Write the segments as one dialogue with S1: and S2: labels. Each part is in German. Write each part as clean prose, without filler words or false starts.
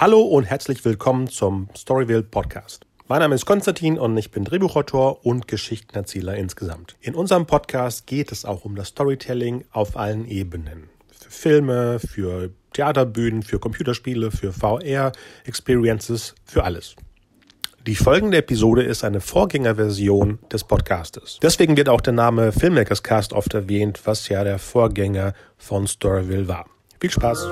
S1: Hallo und herzlich willkommen zum Storyville Podcast. Mein Name ist Konstantin und ich bin Drehbuchautor und Geschichtenerzähler insgesamt. In unserem Podcast geht es auch um das Storytelling auf allen Ebenen. Für Filme, für Theaterbühnen, für Computerspiele, für VR-Experiences, für alles. Die folgende Episode ist eine Vorgängerversion des Podcastes. Deswegen wird auch der Name Filmmakers Cast oft erwähnt, was ja der Vorgänger von Storyville war. Viel Spaß!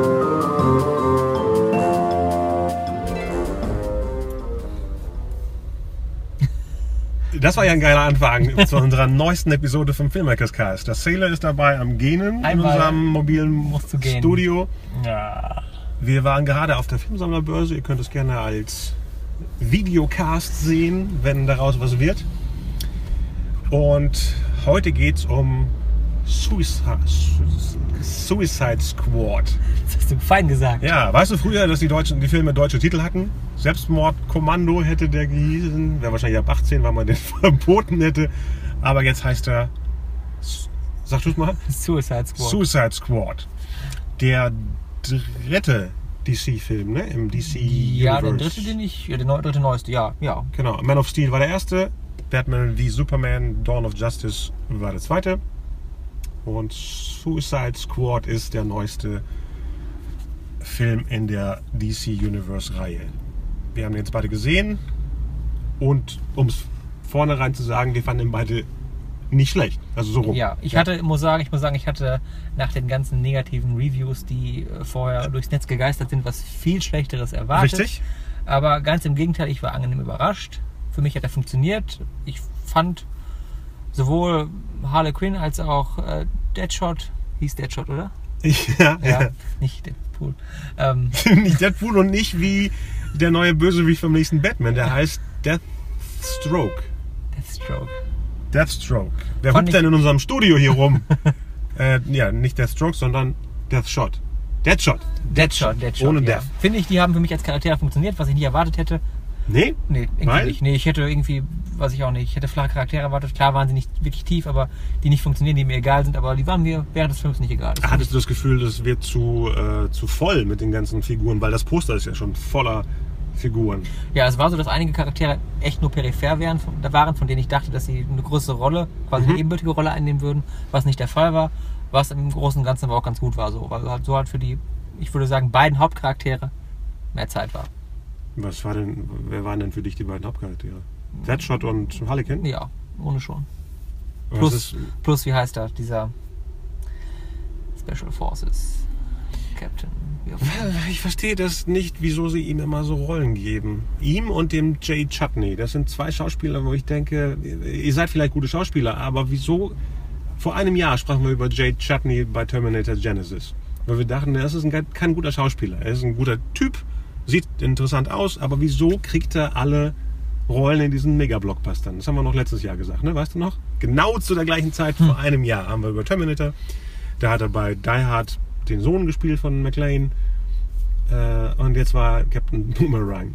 S1: Das war ja ein geiler Anfang zu unserer neuesten Episode vom Filmmakers Cast. Der Sailor ist dabei am Gähnen in unserem mobilen Studio.
S2: Ja.
S1: Wir waren gerade auf der Filmsammlerbörse. Ihr könnt es gerne als Videocast sehen, wenn daraus was wird. Und heute geht es um Suicide Squad.
S2: Das hast du fein gesagt.
S1: Ja, weißt du früher, dass die Filme deutsche Titel hatten? Selbstmordkommando hätte der gehießen. Wäre wahrscheinlich ab 18, weil man den verboten hätte. Aber jetzt heißt er, sag du es mal?
S2: Suicide Squad.
S1: Suicide Squad. Der dritte DC-Film, ne? Im DC
S2: Ja,
S1: Universe.
S2: der dritte neueste, ja.
S1: Genau. Man of Steel war der erste. Batman v Superman, Dawn of Justice war der zweite. Und Suicide Squad ist der neueste Film in der DC Universe-Reihe. Wir haben ihn jetzt beide gesehen. Und um es vornherein zu sagen, wir fanden ihn beide nicht schlecht. Also so rum.
S2: Ja, ich muss sagen, ich hatte nach den ganzen negativen Reviews, die vorher durchs Netz gegeistert sind, was viel Schlechteres erwartet.
S1: Richtig.
S2: Aber ganz im Gegenteil, ich war angenehm überrascht. Für mich hat er funktioniert. Ich fand sowohl Harley Quinn als auch Deadshot, hieß Deadshot, oder?
S1: Ja.
S2: Nicht Deadpool.
S1: Nicht Deadpool und nicht wie der neue Bösewicht vom nächsten Batman. Der heißt Deathstroke. Wer
S2: Fand
S1: hupt denn in unserem Studio hier rum? Nicht Deathstroke, sondern Deathshot. Deadshot. Ohne
S2: Ja.
S1: Death.
S2: Finde ich, die haben für mich als Charaktere funktioniert, was ich nicht erwartet hätte.
S1: Nee?
S2: Nee, irgendwie nicht. Nee, ich hätte irgendwie, weiß ich auch nicht, ich hätte flache Charaktere erwartet. Klar waren sie nicht wirklich tief, aber die nicht funktionieren, die mir egal sind, aber die waren mir während des Films nicht egal.
S1: Hattest du das Gefühl, das wird zu voll mit den ganzen Figuren? Weil das Poster ist ja schon voller Figuren.
S2: Ja, es war so, dass einige Charaktere echt nur peripher waren, von denen ich dachte, dass sie eine größere Rolle, quasi eine ebenbürtige Rolle einnehmen würden, was nicht der Fall war, was im Großen und Ganzen aber auch ganz gut war, so, weil halt so halt für die, ich würde sagen, beiden Hauptcharaktere mehr Zeit war.
S1: Wer waren denn für dich die beiden Hauptcharaktere? Deadshot und Harley Quinn?
S2: Ja, ohne schon.
S1: Plus,
S2: wie heißt er, dieser Special Forces Captain.
S1: Ich verstehe das nicht, wieso sie ihm immer so Rollen geben. Ihm und dem Jay Chutney. Das sind zwei Schauspieler, wo ich denke, ihr seid vielleicht gute Schauspieler, aber wieso? Vor einem Jahr sprachen wir über Jay Chutney bei Terminator Genesis. Weil wir dachten, das ist kein guter Schauspieler. Er ist ein guter Typ, sieht interessant aus, aber wieso kriegt er alle Rollen in diesen Mega-Blockbustern? Das haben wir noch letztes Jahr gesagt, ne? Weißt du noch? Genau zu der gleichen Zeit, vor einem Jahr, haben wir über Terminator. Da hat er bei Die Hard den Sohn gespielt von McClane. Und jetzt war Captain Boomerang,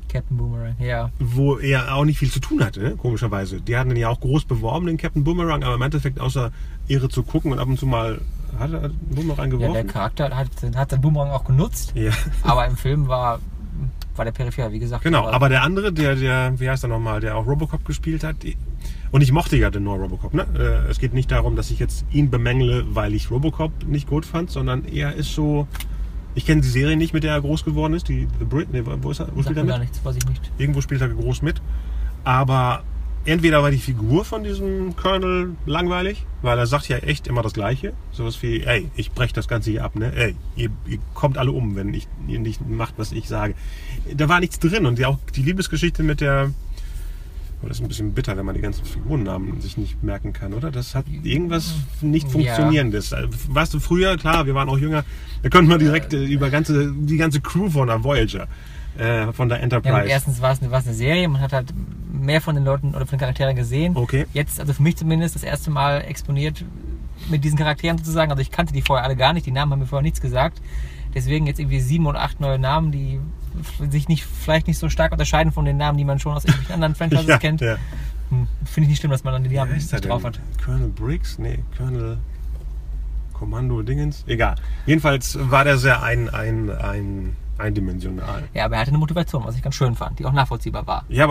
S2: ja.
S1: wo er auch nicht viel zu tun hatte, ne? Komischerweise. Die hatten ihn ja auch groß beworben, den Captain Boomerang, aber im Endeffekt außer Ehre zu gucken und ab und zu mal hat er einen Boomerang geworfen.
S2: Ja, der Charakter hat den Boomerang auch genutzt,
S1: ja.
S2: Aber im Film war der peripher, wie gesagt.
S1: Genau, aber der andere, der wie heißt er nochmal, der auch Robocop gespielt hat, und ich mochte ja den neuen Robocop, ne? Es geht nicht darum, dass ich jetzt ihn bemängle, weil ich Robocop nicht gut fand, sondern er ist so. Ich kenne die Serie nicht, mit der er groß geworden ist. Die The Brit, nee, wo ist er? Wo spielt er mit?
S2: Gar nichts, weiß ich nicht.
S1: Irgendwo spielt er groß mit. Aber entweder war die Figur von diesem Colonel langweilig, weil er sagt ja echt immer das Gleiche. Sowas wie, ey, ich breche das Ganze hier ab, ne? Ey, ihr kommt alle um, wenn ihr nicht macht, was ich sage. Da war nichts drin. Und auch die Liebesgeschichte mit der. Das ist ein bisschen bitter, wenn man die ganzen Figurennamen sich nicht merken kann, oder? Das hat irgendwas nicht Funktionierendes. Ja. Weißt du, früher, klar, wir waren auch jünger, da konnten wir direkt über die ganze Crew von der Voyager, von der Enterprise.
S2: Ja, erstens war es eine Serie, man hat halt mehr von den Leuten oder von den Charakteren gesehen.
S1: Okay.
S2: Jetzt, also für mich zumindest, das erste Mal exponiert mit diesen Charakteren sozusagen. Also ich kannte die vorher alle gar nicht, die Namen haben mir vorher nichts gesagt. Deswegen jetzt irgendwie 7 oder 8 neue Namen, die sich vielleicht nicht so stark unterscheiden von den Namen, die man schon aus irgendwelchen anderen Franchises kennt. Ja. Finde ich nicht schlimm, dass man dann die Namen nicht drauf hat.
S1: Colonel Briggs? Nee, Colonel Kommando-Dingens. Egal. Jedenfalls war der sehr eindimensional.
S2: Ja, aber er hatte eine Motivation, was ich ganz schön fand, die auch nachvollziehbar war.
S1: Ja, aber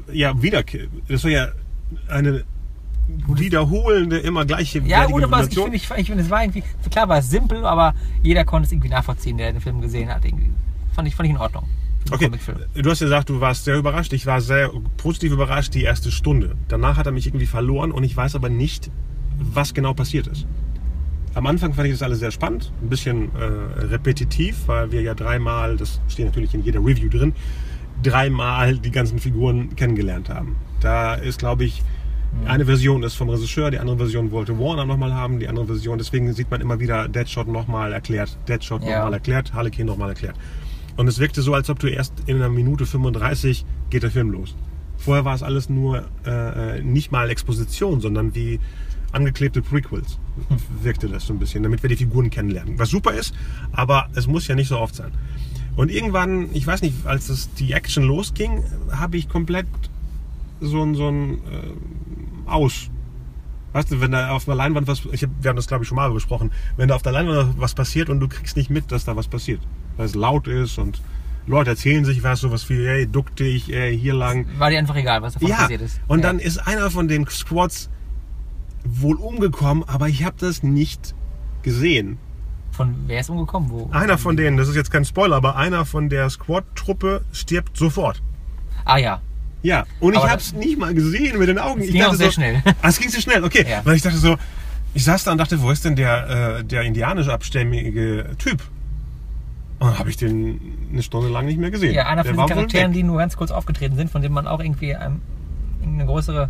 S1: das war ja eine wiederholende, immer gleiche
S2: Ja, gut, aber
S1: Motivation.
S2: ich finde, es war irgendwie, klar war es simpel, aber jeder konnte es irgendwie nachvollziehen, der den Film gesehen hat. Irgendwie. Fand ich in Ordnung.
S1: Okay, du hast ja gesagt, du warst sehr überrascht. Ich war sehr positiv überrascht die erste Stunde. Danach hat er mich irgendwie verloren und ich weiß aber nicht, was genau passiert ist. Am Anfang fand ich das alles sehr spannend, ein bisschen repetitiv, weil wir ja dreimal, das steht natürlich in jeder Review drin, dreimal die ganzen Figuren kennengelernt haben. Da ist, glaube ich, eine Version ist vom Regisseur, die andere Version wollte Warner nochmal haben, die andere Version, deswegen sieht man immer wieder Deadshot nochmal erklärt, Deadshot nochmal erklärt, Harlequin nochmal erklärt. Und es wirkte so, als ob du erst in einer Minute 35 geht der Film los. Vorher war es alles nur nicht mal Exposition, sondern wie angeklebte Prequels wirkte das so ein bisschen, damit wir die Figuren kennenlernen. Was super ist, aber es muss ja nicht so oft sein. Und irgendwann, ich weiß nicht, als die Action losging, habe ich komplett so ein Aus. Weißt du, wenn da auf der Leinwand wir haben das glaube ich schon mal besprochen, wenn da auf der Leinwand was passiert und du kriegst nicht mit, dass da was passiert. Weil es laut ist und Leute erzählen sich sowas wie, hey, duck dich, hier lang.
S2: War dir einfach egal, was davon passiert ist.
S1: Und dann ist einer von den Squads wohl umgekommen, aber ich habe das nicht gesehen.
S2: Von wer ist umgekommen? Wo?
S1: Einer von denen, das ist jetzt kein Spoiler, aber einer von der Squad-Truppe stirbt sofort.
S2: Ah ja.
S1: Ja, und ich habe es nicht mal gesehen mit den Augen.
S2: Es ging auch sehr schnell.
S1: Es ging so schnell, okay. Ja. Weil ich dachte so, ich saß da und dachte, wo ist denn der indianisch abstämmige Typ? Und dann habe ich den eine Stunde lang nicht mehr gesehen.
S2: Ja, einer von den Charakteren, die nur ganz kurz aufgetreten sind, von dem man auch irgendwie eine größere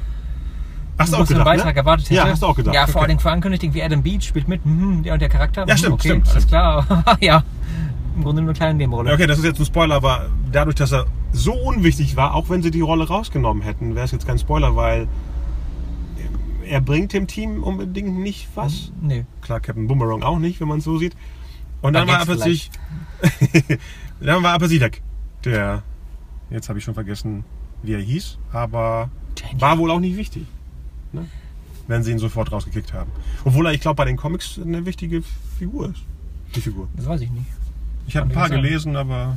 S2: Beitrag erwartet hätte.
S1: Ja, hast du auch gedacht.
S2: Ja, vor allem angekündigt, irgendwie Adam Beach spielt mit, der und der Charakter.
S1: Ja, stimmt,
S2: okay,
S1: stimmt.
S2: Alles klar. Ja, im Grunde nur eine kleine Nebenrolle.
S1: Okay, das ist jetzt ein Spoiler, aber dadurch, dass er so unwichtig war, auch wenn sie die Rolle rausgenommen hätten, wäre es jetzt kein Spoiler, weil er bringt dem Team unbedingt nicht was.
S2: Nee.
S1: Klar, Captain Boomerang auch nicht, wenn man es so sieht. Und dann war er plötzlich weg. Der, jetzt habe ich schon vergessen, wie er hieß, aber war wohl auch nicht wichtig, ne? Wenn sie ihn sofort rausgekickt haben. Obwohl er, ich glaube, bei den Comics eine wichtige Figur ist. Die Figur.
S2: Das weiß ich nicht.
S1: Ich habe ein paar gelesen, aber...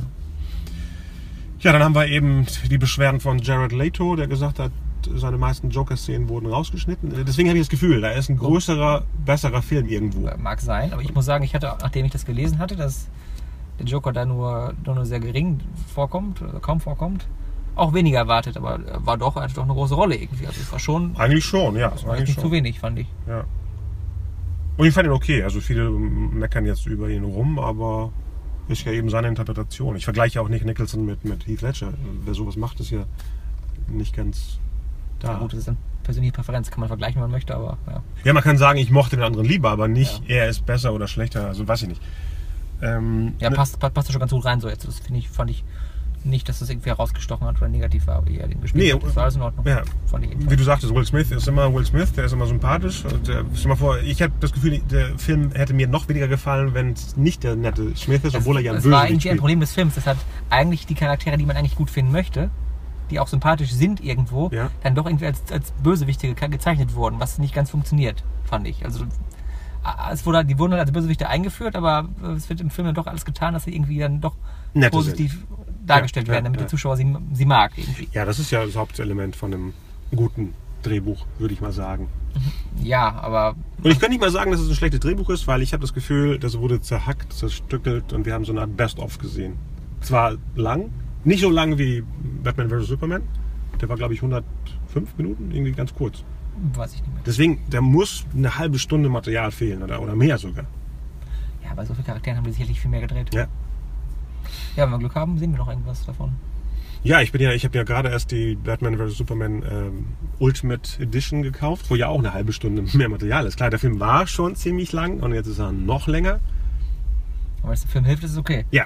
S1: Ja, dann haben wir eben die Beschwerden von Jared Leto, der gesagt hat, seine meisten Joker-Szenen wurden rausgeschnitten. Deswegen habe ich das Gefühl, da ist ein größerer, besserer Film irgendwo.
S2: Mag sein, aber ich muss sagen, ich hatte, nachdem ich das gelesen hatte, dass der Joker da nur sehr gering vorkommt, oder kaum vorkommt, auch weniger erwartet, aber er hatte doch eine große Rolle irgendwie. Also es war schon...
S1: Eigentlich schon, ja.
S2: Das war nicht zu wenig, fand ich.
S1: Ja. Und ich fand ihn okay. Also viele meckern jetzt über ihn rum, aber ist ja eben seine Interpretation. Ich vergleiche auch Nick Nicholson mit Heath Ledger. Wer sowas macht, ist ja nicht ganz da.
S2: Ja gut, das ist eine persönliche Präferenz. Kann man vergleichen, wenn man möchte, aber ja.
S1: Ja, man kann sagen, ich mochte den anderen lieber, aber nicht, er ist besser oder schlechter. Also weiß ich nicht.
S2: Passt schon ganz gut rein so jetzt. Das fand ich nicht, dass das irgendwie herausgestochen hat oder negativ war, aber eher den gespielt hat. Das war alles in Ordnung.
S1: Ja.
S2: Fand ich
S1: wie du sagtest, Will Smith, der ist immer sympathisch. Und, stell dir mal vor, ich habe das Gefühl, der Film hätte mir noch weniger gefallen, wenn es nicht der nette Smith ist, obwohl er ja ein Bösewicht spielt. Das war irgendwie ein Problem
S2: des Films. Das hat eigentlich die Charaktere, die man eigentlich gut finden möchte, die auch sympathisch sind irgendwo, dann doch irgendwie als Bösewichte gezeichnet wurden, was nicht ganz funktioniert, fand ich. Also die wurden dann als Bösewichte eingeführt, aber es wird im Film dann doch alles getan, dass sie irgendwie dann doch positiv dargestellt werden, damit der Zuschauer sie mag irgendwie.
S1: Ja, das ist ja das Hauptelement von einem guten Drehbuch, würde ich mal sagen.
S2: Ja, aber...
S1: Und ich kann nicht mal sagen, dass es ein schlechtes Drehbuch ist, weil ich habe das Gefühl, das wurde zerhackt, zerstückelt und wir haben so eine Art Best-of gesehen. Zwar lang, nicht so lang wie Batman vs. Superman, der war glaube ich 105 Minuten, irgendwie ganz kurz.
S2: Weiß ich nicht mehr.
S1: Deswegen, da muss eine halbe Stunde Material fehlen oder mehr sogar.
S2: Ja, bei so vielen Charakteren haben wir sicherlich viel mehr gedreht.
S1: Ja.
S2: Ja, wenn wir Glück haben, sehen wir noch irgendwas davon.
S1: Ja, ich habe ja gerade erst die Batman vs. Superman Ultimate Edition gekauft, wo ja auch eine halbe Stunde mehr Material ist. Klar, der Film war schon ziemlich lang und jetzt ist er noch länger.
S2: Aber wenn es dem Film hilft, ist es okay.
S1: Ja.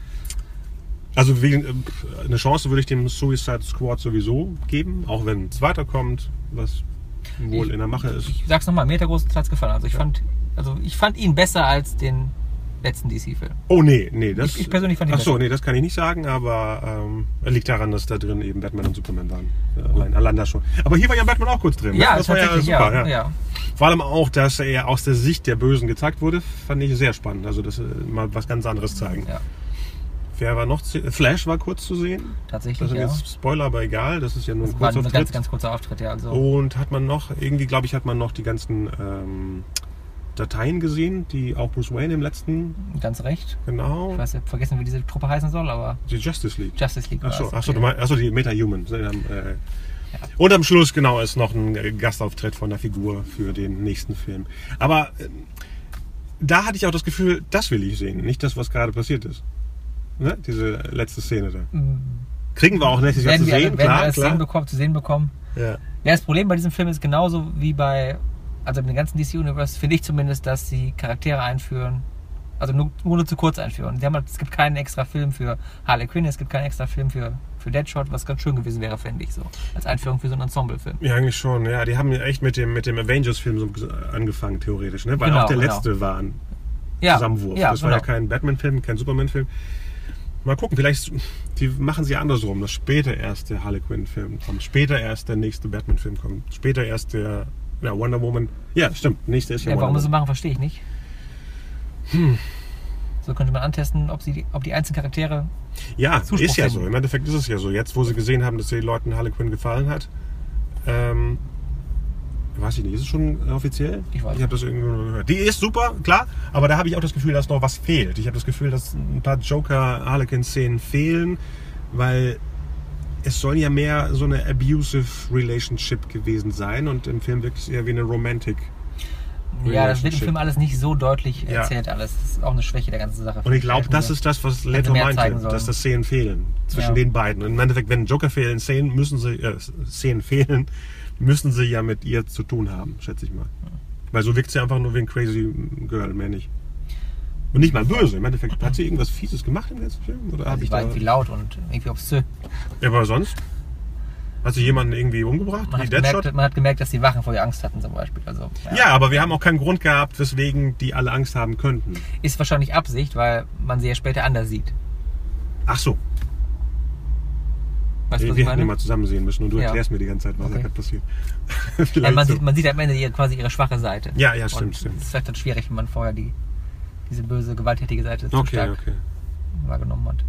S1: Also eine Chance würde ich dem Suicide Squad sowieso geben, auch wenn ein zweiter kommt, was wohl in der Mache ist.
S2: Ich sag's nochmal, mir hat der große Platz gefallen. Also ich fand ihn besser als den letzten DC-Film.
S1: Oh nee, das...
S2: Ich persönlich fand ihn
S1: Ach so, nee, das kann ich nicht sagen, aber liegt daran, dass da drin eben Batman und Superman waren. Allein das schon. Aber hier war ja Batman auch kurz drin.
S2: Ja,
S1: ne? Das war ja
S2: tatsächlich,
S1: super.
S2: ja.
S1: Vor allem auch, dass er aus der Sicht der Bösen gezeigt wurde, fand ich sehr spannend. Also das mal was ganz anderes zeigen.
S2: Ja.
S1: Wer war noch? Flash war kurz zu sehen.
S2: Tatsächlich,
S1: Das sind jetzt Spoiler, aber egal. Das ist ja nur ein
S2: Das war
S1: kurzer
S2: ein
S1: Auftritt.
S2: ganz kurzer Auftritt, ja. Also
S1: Und hat man noch, irgendwie glaube ich, hat man noch die ganzen Dateien gesehen, die auch Bruce Wayne im letzten,
S2: ganz recht.
S1: genau,
S2: Ich weiß, ich habe vergessen, wie diese Truppe heißen soll, aber
S1: die Justice League.
S2: Justice League war es,
S1: Achso,
S2: okay.
S1: du meinst, die Meta-Human. Und am Schluss, genau, ist noch ein Gastauftritt von der Figur für den nächsten Film. Aber da hatte ich auch das Gefühl, das will ich sehen, nicht das, was gerade passiert ist. Ne? Diese letzte Szene da. Kriegen wir auch nächstes Jahr zu sehen,
S2: werden wir
S1: klar.
S2: zu sehen bekommen.
S1: Ja.
S2: Ja, das Problem bei diesem Film ist genauso wie bei, also im ganzen DC-Universe, finde ich zumindest, dass sie Charaktere einführen, also nur zu kurz einführen. Es gibt keinen extra Film für Harley Quinn, es gibt keinen extra Film für Deadshot, was ganz schön gewesen wäre, finde ich so. Als Einführung für so einen Ensemble-Film.
S1: Ja, eigentlich schon. Ja, die haben ja echt mit dem Avengers-Film so angefangen, theoretisch. Ne? Weil
S2: Genau,
S1: auch der
S2: genau.
S1: letzte war ein
S2: Ja,
S1: Zusammenwurf.
S2: ja,
S1: das war ja
S2: genau.
S1: kein Batman-Film, kein Superman-Film. Mal gucken, vielleicht die machen sie andersrum, dass später erst der Harley Quinn-Film kommt, später erst der nächste Batman-Film kommt, später erst der Wonder Woman. Ja, stimmt, nächste ist ja
S2: Ja,
S1: Wonder
S2: warum sie
S1: Woman.
S2: machen, verstehe ich nicht. So könnte man antesten, ob die einzelnen Charaktere.
S1: Ja,
S2: Zuspruch
S1: ist ja
S2: finden.
S1: so. Im Endeffekt ist es ja so. Jetzt, wo sie gesehen haben, dass den Leuten Harley Quinn gefallen hat, weiß ich nicht, ist es schon offiziell?
S2: Ich weiß
S1: habe das irgendwo gehört. Die ist super, klar, aber da habe ich auch das Gefühl, dass noch was fehlt. Ich habe das Gefühl, dass ein paar Joker-Harlequin-Szenen fehlen, weil es soll ja mehr so eine abusive Relationship gewesen sein und im Film wirklich eher wie eine Romantic.
S2: Ja, das wird im
S1: Relationship.
S2: Film alles nicht so deutlich
S1: Ja.
S2: erzählt alles. Das ist auch eine Schwäche der ganzen Sache.
S1: Und ich glaube, das ist das, was Leto
S2: mehr
S1: meinte,
S2: zeigen sollen.
S1: dass das Szenen fehlen zwischen
S2: Ja.
S1: den beiden. Und im Endeffekt, wenn Joker fehlen, Szenen fehlen, müssen sie ja mit ihr zu tun haben, schätze ich mal. Weil so wirkt sie einfach nur wie ein crazy Girl, mehr nicht. Und nicht mal böse. Im Endeffekt, hat sie irgendwas Fieses gemacht im letzten Film? Oder
S2: Also
S1: hab
S2: ich
S1: ich
S2: war
S1: da...
S2: irgendwie laut und irgendwie obszön.
S1: Ja, aber sonst? Hat sie jemanden irgendwie umgebracht?
S2: Man
S1: Wie
S2: hat,
S1: Deadshot?
S2: gemerkt, man hat gemerkt, dass die Wachen vor ihr Angst hatten zum Beispiel. Also,
S1: Ja, aber wir haben auch keinen Grund gehabt, weswegen die alle Angst haben könnten.
S2: Ist wahrscheinlich Absicht, weil man sie ja später anders sieht.
S1: Ach so.
S2: Weißt du, was ich
S1: Wir hätten
S2: meine?
S1: immer zusammen sehen müssen und du
S2: Ja.
S1: erklärst mir die ganze Zeit, was da
S2: Okay.
S1: gerade passiert.
S2: Ja,
S1: Vielleicht
S2: man,
S1: so.
S2: man sieht am Ende quasi ihre schwache Seite.
S1: Ja, ja,
S2: Und
S1: stimmt.
S2: Es ist vielleicht dann schwierig, wenn man vorher diese böse, gewalttätige Seite zu
S1: Okay,
S2: stark
S1: okay.
S2: wahrgenommen hat.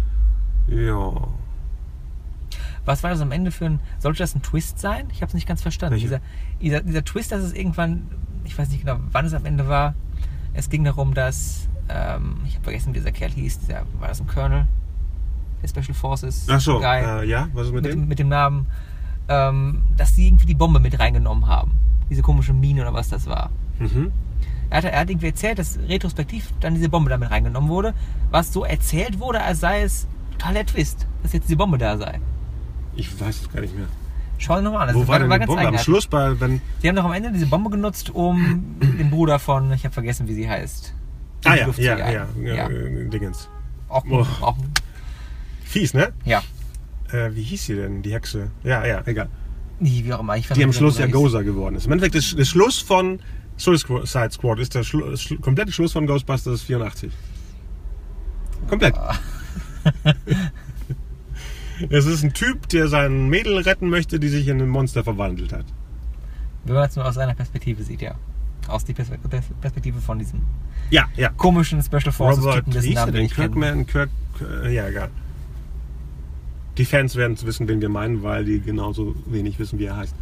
S1: Ja.
S2: Was war das am Ende für ein... Sollte das ein Twist sein? Ich habe es nicht ganz verstanden.
S1: Welcher?
S2: Dieser Twist, dass es irgendwann... Ich weiß nicht genau, wann es am Ende war. Es ging darum, dass... ich habe vergessen, wie dieser Kerl hieß. War das ein Colonel? Der Special Forces
S1: Ach so,
S2: Guy.
S1: ja, was ist mit dem?
S2: Mit dem Namen. Dass sie irgendwie die Bombe mit reingenommen haben. Diese komische Mine oder was das war.
S1: Mhm.
S2: Er hat irgendwie erzählt, dass retrospektiv dann diese Bombe damit reingenommen wurde. Was so erzählt wurde, als sei es total der Twist, dass jetzt diese Bombe da sei.
S1: Ich weiß es gar nicht mehr.
S2: Schau dir nochmal an. Das
S1: Wo war denn die
S2: ganz
S1: Bombe? Am
S2: eigenartig.
S1: Schluss, wenn...
S2: Die haben doch am Ende diese Bombe genutzt, um den Bruder von, ich habe vergessen, wie sie heißt. in
S1: Ah
S2: die
S1: ja,
S2: Luft zu jagen.
S1: ja, Dingens.
S2: Auch,
S1: Oh.
S2: auch,
S1: Fies, ne?
S2: ja.
S1: Wie hieß sie denn, die Hexe? Ja, egal.
S2: Wie auch immer. Ich weiß
S1: Die am
S2: nicht, wie
S1: Schluss
S2: der
S1: ja
S2: Bruder hieß.
S1: Gozer geworden ist. Im Endeffekt, der Schluss von Suicide Squad ist der komplette Schluss von Ghostbusters 84. Komplett. Es ist ein Typ, der sein Mädel retten möchte, die sich in ein Monster verwandelt hat.
S2: Wenn man es nur aus seiner Perspektive sieht, ja. Aus der Perspektive von diesem
S1: Ja.
S2: komischen Special Forces
S1: Robert,
S2: Typen,
S1: wie
S2: dessen
S1: hieß er
S2: Namen wir
S1: denn?
S2: nicht kennen.
S1: Ja, egal. Die Fans werden wissen, wen wir meinen, weil die genauso wenig wissen, wie er heißt.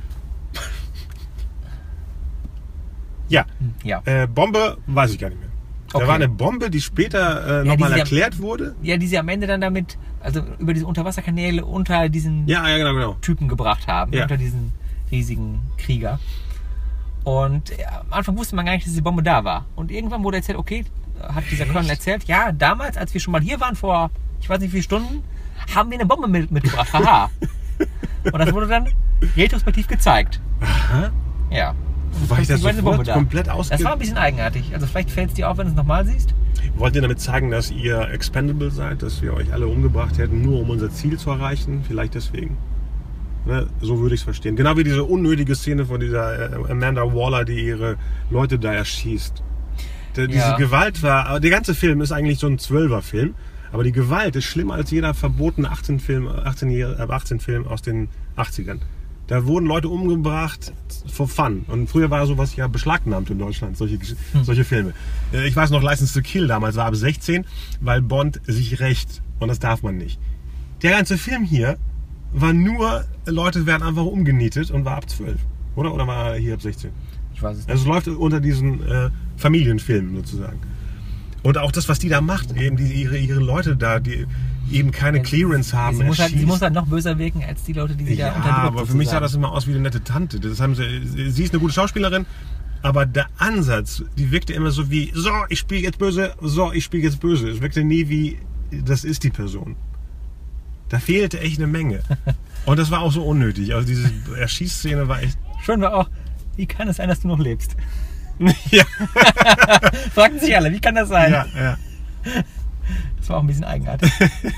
S1: Ja,
S2: Ja.
S1: Bombe weiß ich gar nicht mehr. Da
S2: Okay.
S1: war eine Bombe, die später nochmal
S2: die sie
S1: erklärt wurde.
S2: Ja, die sie am Ende dann damit, also über diese Unterwasserkanäle unter diesen
S1: Ja, genau.
S2: Typen gebracht haben,
S1: Ja.
S2: unter diesen riesigen Krieger. Und am Anfang wusste man gar nicht, dass die Bombe da war. Und irgendwann wurde erzählt, okay, hat dieser Colonel erzählt, ja, damals, als wir schon mal hier waren, vor ich weiß nicht wie viele Stunden, haben wir eine Bombe mitgebracht. Haha. Und das wurde dann retrospektiv gezeigt.
S1: Aha.
S2: Ja.
S1: War ich das
S2: Plötzlich war eine
S1: sofort komplett
S2: Das war ein bisschen eigenartig. Also vielleicht fällt es dir auf, wenn du es nochmal siehst.
S1: Wollt ihr damit zeigen, dass ihr expendable seid, dass wir euch alle umgebracht hätten, nur um unser Ziel zu erreichen? Vielleicht deswegen. Ne? So würde ich es verstehen. Genau wie diese unnötige Szene von dieser Amanda Waller, die ihre Leute da erschießt. Diese Gewalt war, der ganze Film ist eigentlich so ein 12er-Film, aber die Gewalt ist schlimmer als jeder verbotene 18-Film aus den 80ern. Da wurden Leute umgebracht for fun. Und früher war sowas ja beschlagnahmt in Deutschland, solche Filme. Ich weiß noch, License to Kill damals war ab 16, weil Bond sich rächt. Und das darf man nicht. Der ganze Film hier war nur, Leute werden einfach umgenietet und war ab 12. Oder war er hier ab 16?
S2: Ich weiß es nicht.
S1: Also es läuft unter diesen Familienfilmen sozusagen. Und auch das, was die da macht, eben ihre Leute da, die eben keine Clearance haben.
S2: Sie muss halt noch böser wirken als die Leute, die sie da unterdrückt.
S1: Aber für mich sah das immer aus wie eine nette Tante. Sie ist eine gute Schauspielerin, aber der Ansatz, die wirkte immer so wie, so, ich spiele jetzt böse, so, ich spiele jetzt böse. Es wirkte nie wie, das ist die Person. Da fehlte echt eine Menge. Und das war auch so unnötig. Also diese Erschießszene war echt...
S2: Schön war auch, wie kann es sein, dass du noch lebst?
S1: Ja.
S2: Fragten sich alle, wie kann das sein?
S1: Ja.
S2: Das war auch ein bisschen eigenartig.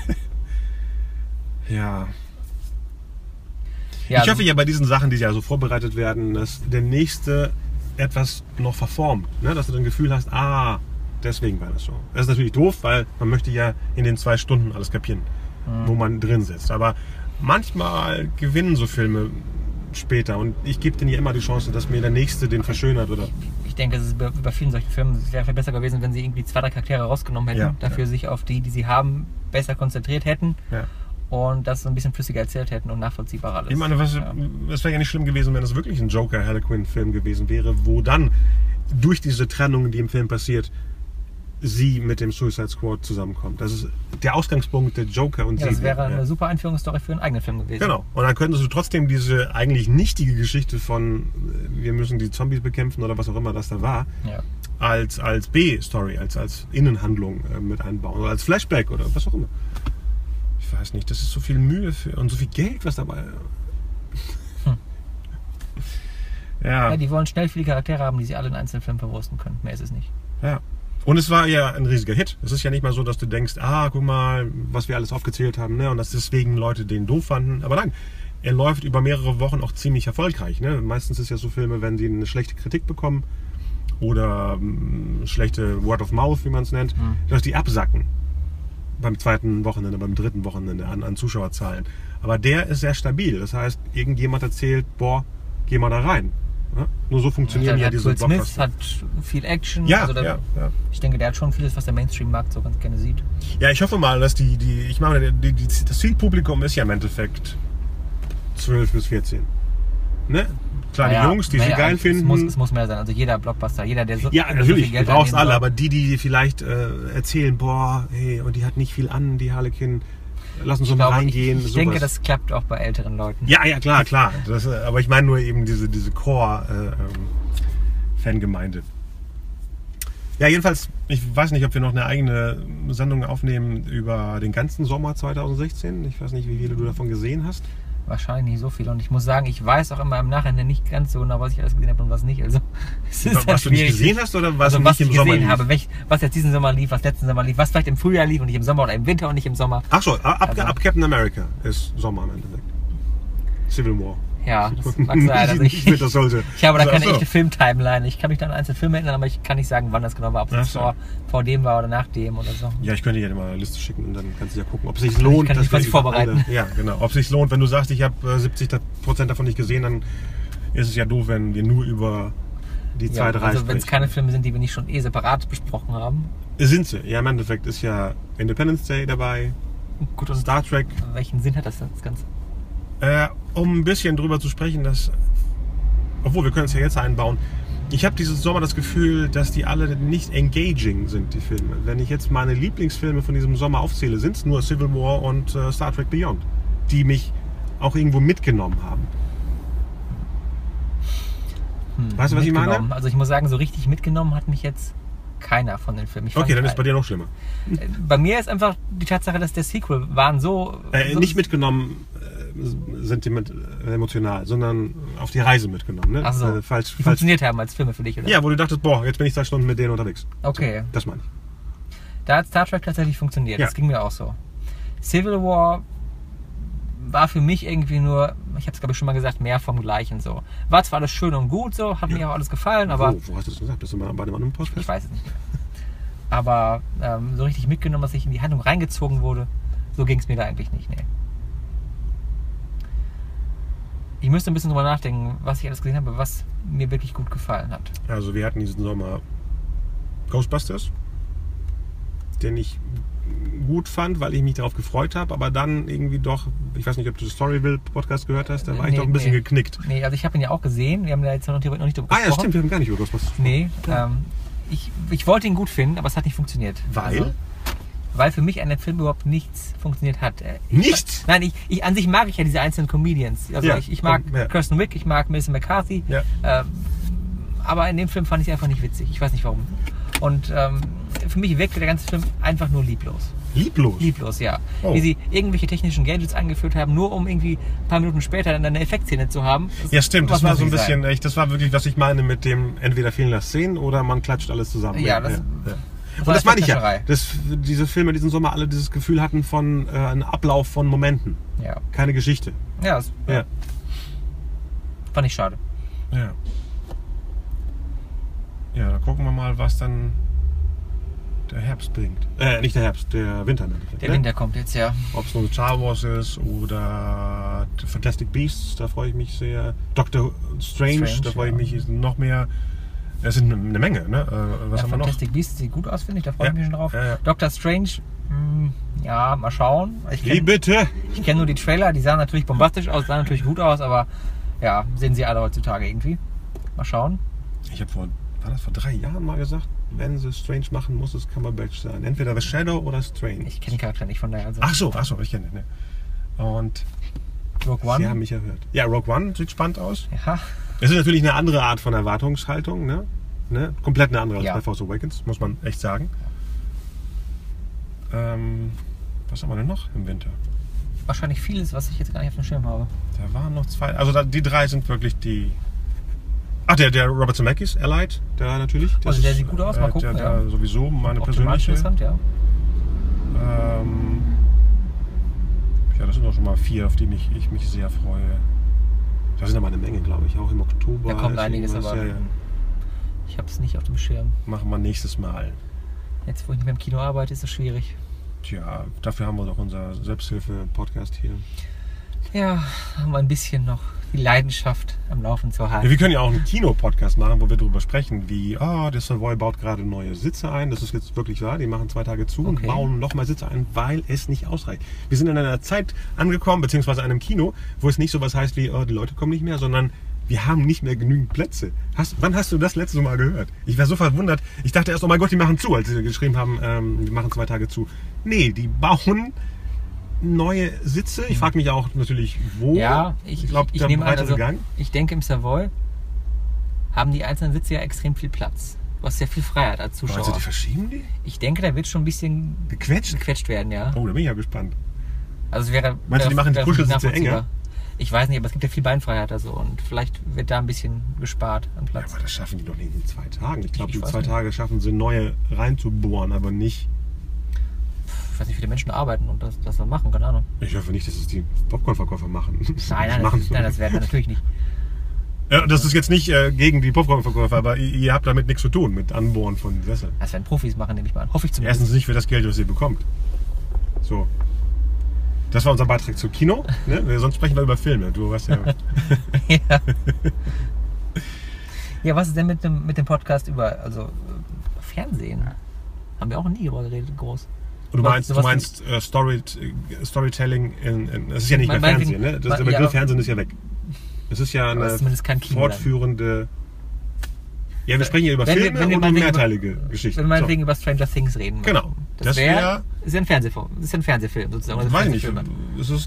S1: Ja. Ich hoffe ja bei diesen Sachen, die ja so vorbereitet werden, dass der Nächste etwas noch verformt. Ne? Dass du ein Gefühl hast, deswegen war das so. Das ist natürlich doof, weil man möchte ja in den 2 Stunden alles kapieren, wo man drin sitzt. Aber manchmal gewinnen so Filme später und ich gebe denen ja immer die Chance, dass mir der Nächste den verschönert. Oder
S2: ich denke, es ist bei vielen solchen Filmen, es wäre besser gewesen, wenn sie irgendwie 2, 3 Charaktere rausgenommen hätten, dafür sich auf die sie haben, besser konzentriert hätten und das so ein bisschen flüssiger erzählt hätten und nachvollziehbarer alles.
S1: Ich meine, es wäre ja nicht schlimm gewesen, wenn es wirklich ein Joker-Harlequin-Film gewesen wäre, wo dann durch diese Trennung, die im Film passiert, sie mit dem Suicide Squad zusammenkommt. Das ist der Ausgangspunkt der Joker und sie.
S2: Das wäre eine super Einführungsstory für einen eigenen Film gewesen.
S1: Genau. Und dann könntest du trotzdem diese eigentlich nichtige Geschichte von wir müssen die Zombies bekämpfen oder was auch immer das da war, als B-Story, als Innenhandlung mit einbauen oder als Flashback oder was auch immer. Ich weiß nicht, das ist so viel Mühe und so viel Geld, was dabei...
S2: Ja, die wollen schnell viele Charaktere haben, die sie alle in einzelnen Filmen verwursten können. Mehr ist es nicht.
S1: Ja. Und es war ja ein riesiger Hit. Es ist ja nicht mal so, dass du denkst, guck mal, was wir alles aufgezählt haben, ne? Und dass deswegen Leute den doof fanden. Aber nein, er läuft über mehrere Wochen auch ziemlich erfolgreich. Ne? Meistens ist ja so Filme, wenn sie eine schlechte Kritik bekommen oder schlechte Word of Mouth, wie man es nennt, dass die absacken. Beim 2. Wochenende, beim 3. Wochenende an Zuschauerzahlen. Aber der ist sehr stabil. Das heißt, irgendjemand erzählt, geh mal da rein. Ja? Nur so funktionieren ja diese
S2: Blockbuster. Will Smith hat viel Action.
S1: Ja,
S2: Ich denke, der hat schon vieles, was der Mainstream-Markt so ganz gerne sieht.
S1: Ja, ich hoffe mal, dass ich meine, das Zielpublikum ist ja im Endeffekt 12 bis 14. Ne? Kleine Jungs, die sie geil finden.
S2: Es muss mehr sein. Also jeder Blockbuster, jeder, der
S1: Ja, natürlich, du brauchst alle, aber die vielleicht erzählen, und die hat nicht viel an, die Harlequin. Lass uns mal reingehen.
S2: Ich denke, das klappt auch bei älteren Leuten.
S1: Ja, klar. Aber ich meine nur eben diese Core-Fangemeinde. Ja, jedenfalls, ich weiß nicht, ob wir noch eine eigene Sendung aufnehmen über den ganzen Sommer 2016. Ich weiß nicht, wie viele du davon gesehen hast.
S2: Wahrscheinlich nicht so viel. Und ich muss sagen, ich weiß auch immer im Nachhinein nicht ganz so genau, was ich alles gesehen habe und was nicht. Also, es ist
S1: was du nicht gesehen hast oder was nicht im Sommer lief?
S2: Was jetzt diesen Sommer lief, was letzten Sommer lief, was vielleicht im Frühjahr lief und nicht im Sommer oder im Winter und nicht im Sommer.
S1: Ach so, ab Captain America ist Sommer im Endeffekt. Civil War.
S2: Ja, das mag sein. Also ich habe da keine echte Film-Timeline. Ich kann mich dann an einzelne Filme erinnern, aber ich kann nicht sagen, wann das genau war. Ob es vor dem war oder nach dem oder so.
S1: Ja, ich könnte dir mal eine Liste schicken und dann kannst du ja gucken, ob es sich lohnt.
S2: Ich kann mich vorbereiten.
S1: Ja, genau. Ob es sich lohnt, wenn du sagst, ich habe 70% davon nicht gesehen, dann ist es ja doof, wenn wir nur über die 2, 3 sprechen.
S2: Also wenn es keine Filme sind, die wir nicht schon separat besprochen haben.
S1: Sind sie. Ja, im Endeffekt ist ja Independence Day dabei.
S2: Gut, und
S1: Star Trek.
S2: Welchen Sinn hat das Ganze?
S1: Um ein bisschen drüber zu sprechen, obwohl wir können es ja jetzt einbauen, ich habe dieses Sommer das Gefühl, dass die alle nicht engaging sind, die Filme. Wenn ich jetzt meine Lieblingsfilme von diesem Sommer aufzähle, sind es nur Civil War und Star Trek Beyond, die mich auch irgendwo mitgenommen haben. Weißt du, was ich meine?
S2: Also ich muss sagen, so richtig mitgenommen hat mich jetzt keiner von den Filmen.
S1: Okay, dann ist bei dir noch schlimmer.
S2: Bei mir ist einfach die Tatsache, dass der Sequel waren so
S1: nicht mitgenommen emotional, sondern auf die Reise mitgenommen. Ne?
S2: Ach so.
S1: Falsch
S2: funktioniert haben als Filme für dich, oder?
S1: Ja, wo du dachtest, jetzt bin ich 2 Stunden mit denen unterwegs.
S2: Okay.
S1: So, das meine ich.
S2: Da hat Star Trek tatsächlich funktioniert.
S1: Ja.
S2: Das ging mir auch so. Civil War war für mich irgendwie nur, ich habe es glaube ich schon mal gesagt, mehr vom Gleichen so. War zwar alles schön und gut so, hat mir auch alles gefallen, aber...
S1: Wo hast du das gesagt? Bist du mal bei dem anderen Podcast?
S2: Ich weiß es nicht mehr. Aber so richtig mitgenommen, dass ich in die Handlung reingezogen wurde, so ging es mir da eigentlich nicht, nee. Ich müsste ein bisschen drüber nachdenken, was ich alles gesehen habe, was mir wirklich gut gefallen hat.
S1: Also wir hatten diesen Sommer Ghostbusters, den ich gut fand, weil ich mich darauf gefreut habe, aber dann irgendwie doch, ich weiß nicht, ob du Storyville-Podcast gehört hast, da war ich doch ein bisschen geknickt.
S2: Nee, also ich habe ihn ja auch gesehen, wir haben da jetzt noch nicht drüber gesprochen.
S1: Ah ja, stimmt, wir haben gar nicht über Ghostbusters gesprochen.
S2: Nee, ich wollte ihn gut finden, aber es hat nicht funktioniert.
S1: Weil?
S2: Also, weil für mich an dem Film überhaupt nichts funktioniert hat.
S1: Nichts?
S2: Nein, an sich mag ich ja diese einzelnen Comedians. Also
S1: ja,
S2: ich mag Kirsten Wiig, ich mag Melissa McCarthy.
S1: Ja.
S2: Aber in dem Film fand ich es einfach nicht witzig. Ich weiß nicht warum. Und für mich wirkte der ganze Film einfach nur lieblos.
S1: Lieblos?
S2: Lieblos, ja.
S1: Oh.
S2: Wie sie irgendwelche technischen Gadgets eingeführt haben, nur um irgendwie ein paar Minuten später dann eine Effektszene zu haben.
S1: Ja, stimmt. Das war so ein bisschen, das war wirklich, was ich meine mit dem, entweder fehlen das Szenen oder man klatscht alles zusammen.
S2: Ja,
S1: Und das meine ich ja, dass diese Filme diesen Sommer alle dieses Gefühl hatten von einem Ablauf von Momenten.
S2: Ja.
S1: Keine Geschichte.
S2: Ja,
S1: Ja.
S2: Fand ich schade.
S1: Ja. Ja, da gucken wir mal, was dann der Herbst bringt. Nicht der Herbst, der Winter.
S2: Der Winter kommt jetzt, ja.
S1: Ob es nur Star Wars ist oder Fantastic Beasts, da freue ich mich sehr. Doctor Strange, da freue ich mich noch mehr. Es sind eine Menge, ne? Was haben wir noch?
S2: Fantastic Beasts sieht gut aus, finde ich, da freue ich mich schon drauf.
S1: Ja.
S2: Doctor Strange, ja, mal schauen.
S1: Wie bitte?
S2: Ich kenne nur die Trailer, die sahen natürlich bombastisch aus, sahen natürlich gut aus, aber ja, sehen sie alle heutzutage irgendwie. Mal schauen.
S1: Ich habe vor 3 Jahren mal gesagt, wenn sie Strange machen, muss es Cumberbatch sein. Entweder The Shadow oder Strange.
S2: Ich kenne den Charakter nicht, von daher. Also
S1: Ach so, ich kenne den. Ne? Und
S2: Rogue One.
S1: Sie haben mich erhört. Ja, Rogue One sieht spannend aus.
S2: Ja.
S1: Es ist natürlich eine andere Art von Erwartungshaltung, ne? Komplett eine andere als
S2: Ja.
S1: bei Force Awakens, muss man echt sagen. Was haben wir denn noch im Winter?
S2: Wahrscheinlich vieles, was ich jetzt gar nicht auf dem Schirm habe.
S1: Da waren noch 2. Also die 3 sind wirklich die. Ach, der Robert Zemeckis, Allied, der natürlich.
S2: Also der sieht gut aus, mal gucken.
S1: Der sowieso meine
S2: Auch
S1: persönliche.
S2: Interessant, ja.
S1: Ja, das sind auch schon mal 4, auf die ich mich sehr freue. Da sind aber eine Menge, glaube ich, auch im Oktober.
S2: Da kommt einiges, aber
S1: ja.
S2: ich habe es nicht auf dem Schirm.
S1: Machen wir nächstes Mal.
S2: Jetzt, wo ich nicht mehr im Kino arbeite, ist es schwierig.
S1: Tja, dafür haben wir doch unser Selbsthilfe-Podcast hier.
S2: Ja, um ein bisschen noch die Leidenschaft am Laufen zu halten.
S1: Ja, wir können ja auch einen Kino-Podcast machen, wo wir darüber sprechen, wie, der Savoy baut gerade neue Sitze ein. Das ist jetzt wirklich wahr. Die machen 2 Tage zu und bauen nochmal Sitze ein, weil es nicht ausreicht. Wir sind in einer Zeit angekommen, beziehungsweise in einem Kino, wo es nicht so was heißt wie, die Leute kommen nicht mehr, sondern wir haben nicht mehr genügend Plätze. Wann hast du das letzte Mal gehört? Ich war so verwundert. Ich dachte erst, oh mein Gott, die machen zu, als sie geschrieben haben, die machen 2 Tage zu. Nee, die bauen neue Sitze. Ich frage mich auch natürlich, wo.
S2: Ja, ich nehme an, also,
S1: Gang.
S2: ich denke, im Savoy haben die einzelnen Sitze ja extrem viel Platz. Du hast ja viel Freiheit als Zuschauer.
S1: Also die verschieben die?
S2: Ich denke, da wird schon ein bisschen gequetscht werden, ja.
S1: Oh, da bin ich ja gespannt.
S2: Also es wäre.
S1: Meinst du, die machen die Kuschelsitze enger?
S2: Ich weiß nicht, aber es gibt ja viel Beinfreiheit also und vielleicht wird da ein bisschen gespart an Platz.
S1: Ja, aber das schaffen die doch nicht in 2 Tagen. Ich glaube,
S2: Ich
S1: in
S2: weiß
S1: 2
S2: nicht.
S1: Tage schaffen sie neue reinzubohren, aber nicht.
S2: Ich weiß nicht, wie viele Menschen arbeiten und das dann machen, keine Ahnung.
S1: Ich hoffe nicht, dass es die Popcornverkäufer machen.
S2: Nein, das werden wir natürlich nicht.
S1: Ja, das ist jetzt nicht gegen die Popcornverkäufer, aber ihr habt damit nichts zu tun, mit Anbohren von Sesseln.
S2: Das werden Profis machen, nehme ich mal an. Hoffe ich zumindest.
S1: Erstens nicht für das Geld, was ihr bekommt. So. Das war unser Beitrag zu Kino. Ne? Sonst sprechen wir über Filme. Du weißt ja.
S2: Ja. Ja, was ist denn mit dem Podcast über Fernsehen? Haben wir auch nie darüber geredet, groß.
S1: Und du meinst Storytelling das ist ja nicht mehr Fernsehen, ne? Der Begriff Fernsehen ist ja weg. Es ist ja eine fortführende. Ja, wir sprechen ja über Filme und mehrteilige Geschichten.
S2: Wenn wir meinetwegen über Stranger Things reden.
S1: Genau.
S2: Das ist ja ein Fernsehfilm. Das ist ein Fernsehfilm sozusagen.
S1: Weiß ich nicht. Es ist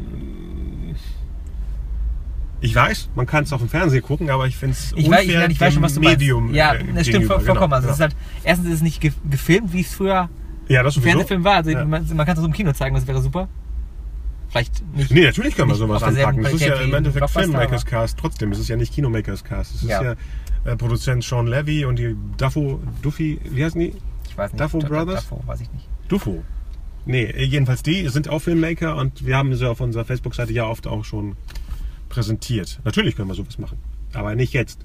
S1: Ich weiß, man kann es auf dem Fernsehen gucken, aber ich finde es unfair,
S2: ich weiß schon, was du
S1: Medium
S2: meinst. Ja, das stimmt vollkommen.
S1: Genau.
S2: Also es ist halt, erstens ist es nicht gefilmt, wie es früher
S1: ein
S2: Fernsehfilm war. Also man kann es so im Kino zeigen, das wäre super. Vielleicht nicht.
S1: Nee, natürlich können wir sowas anpacken. Das ist ja
S2: Qualität
S1: im Endeffekt
S2: wie
S1: Filmmakers Cast trotzdem. Es ist ja nicht Kinomakers Cast. Es ist ja Produzent Sean Levy und die Duffy, wie heißen die?
S2: Ich weiß nicht.
S1: Duffo Brothers?
S2: Duffo, weiß ich nicht.
S1: Duffo. Nee, jedenfalls die sind auch Filmmaker und wir haben sie auf unserer Facebook-Seite ja oft auch schon präsentiert. Natürlich können wir sowas machen, aber nicht jetzt.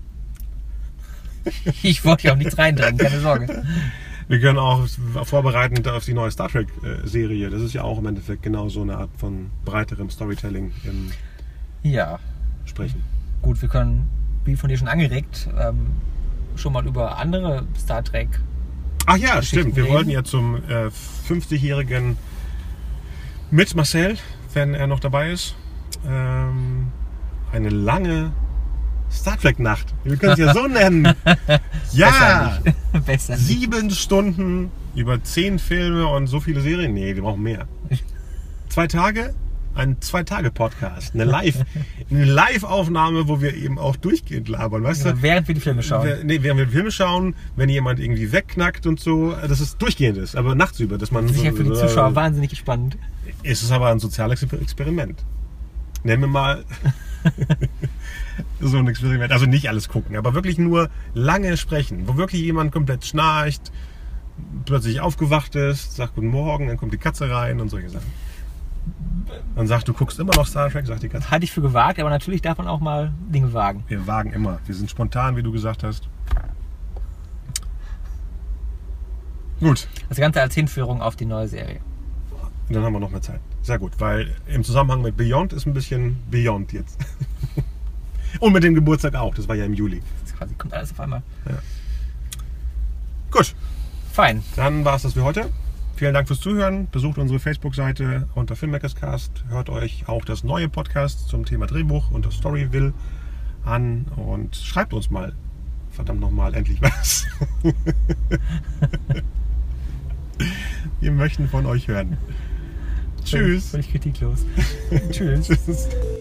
S2: Ich wollte ja auch nichts reindrängen, keine Sorge.
S1: Wir können auch vorbereitend auf die neue Star Trek-Serie. Das ist ja auch im Endeffekt genau so eine Art von breiterem Storytelling
S2: Ja,
S1: sprechen.
S2: gut, wir können, wie von dir schon angeregt, schon mal über andere Star Trek.
S1: Ach ja, stimmt. Wir
S2: reden.
S1: wollten ja zum 50-jährigen mit Marcel, wenn er noch dabei ist, eine lange Star Trek-Nacht. Wir können es ja so nennen. Ja!
S2: Besser nicht. Besser nicht.
S1: 7 Stunden über 10 Filme und so viele Serien. Nee, wir brauchen mehr. 2 Tage? Ein 2-Tage-Podcast. Eine Live-Aufnahme, wo wir eben auch durchgehend labern, weißt du?
S2: Während wir die Filme schauen.
S1: Während wir die Filme schauen, wenn jemand irgendwie wegknackt und so, dass es durchgehend ist, aber nachts über, dass man
S2: Sicher für die Zuschauer wahnsinnig spannend.
S1: Es ist aber ein soziales Experiment. Nennen wir mal so ein Experiment. Also nicht alles gucken, aber wirklich nur lange sprechen, wo wirklich jemand komplett schnarcht, plötzlich aufgewacht ist, sagt Guten Morgen, dann kommt die Katze rein und solche Sachen. Dann sagt, du guckst immer noch Star Trek, sagt die Katze.
S2: Halte ich für gewagt, aber natürlich darf man auch mal Dinge wagen.
S1: Wir wagen immer. Wir sind spontan, wie du gesagt hast. Gut.
S2: Das Ganze als Hinführung auf die neue Serie.
S1: Und dann haben wir noch mehr Zeit. Sehr gut, weil im Zusammenhang mit Beyond ist ein bisschen Beyond jetzt. Und mit dem Geburtstag auch, das war ja im Juli.
S2: Das quasi kommt alles auf einmal.
S1: Ja. Gut,
S2: Fein.
S1: dann war es das für heute. Vielen Dank fürs Zuhören. Besucht unsere Facebook-Seite unter Filmmakerscast. Hört euch auch das neue Podcast zum Thema Drehbuch und das Storyville an und schreibt uns mal. Verdammt nochmal endlich was. Wir möchten von euch hören. Tschüss.
S2: Völlig kritiklos. Tschüss.
S1: Tschüss.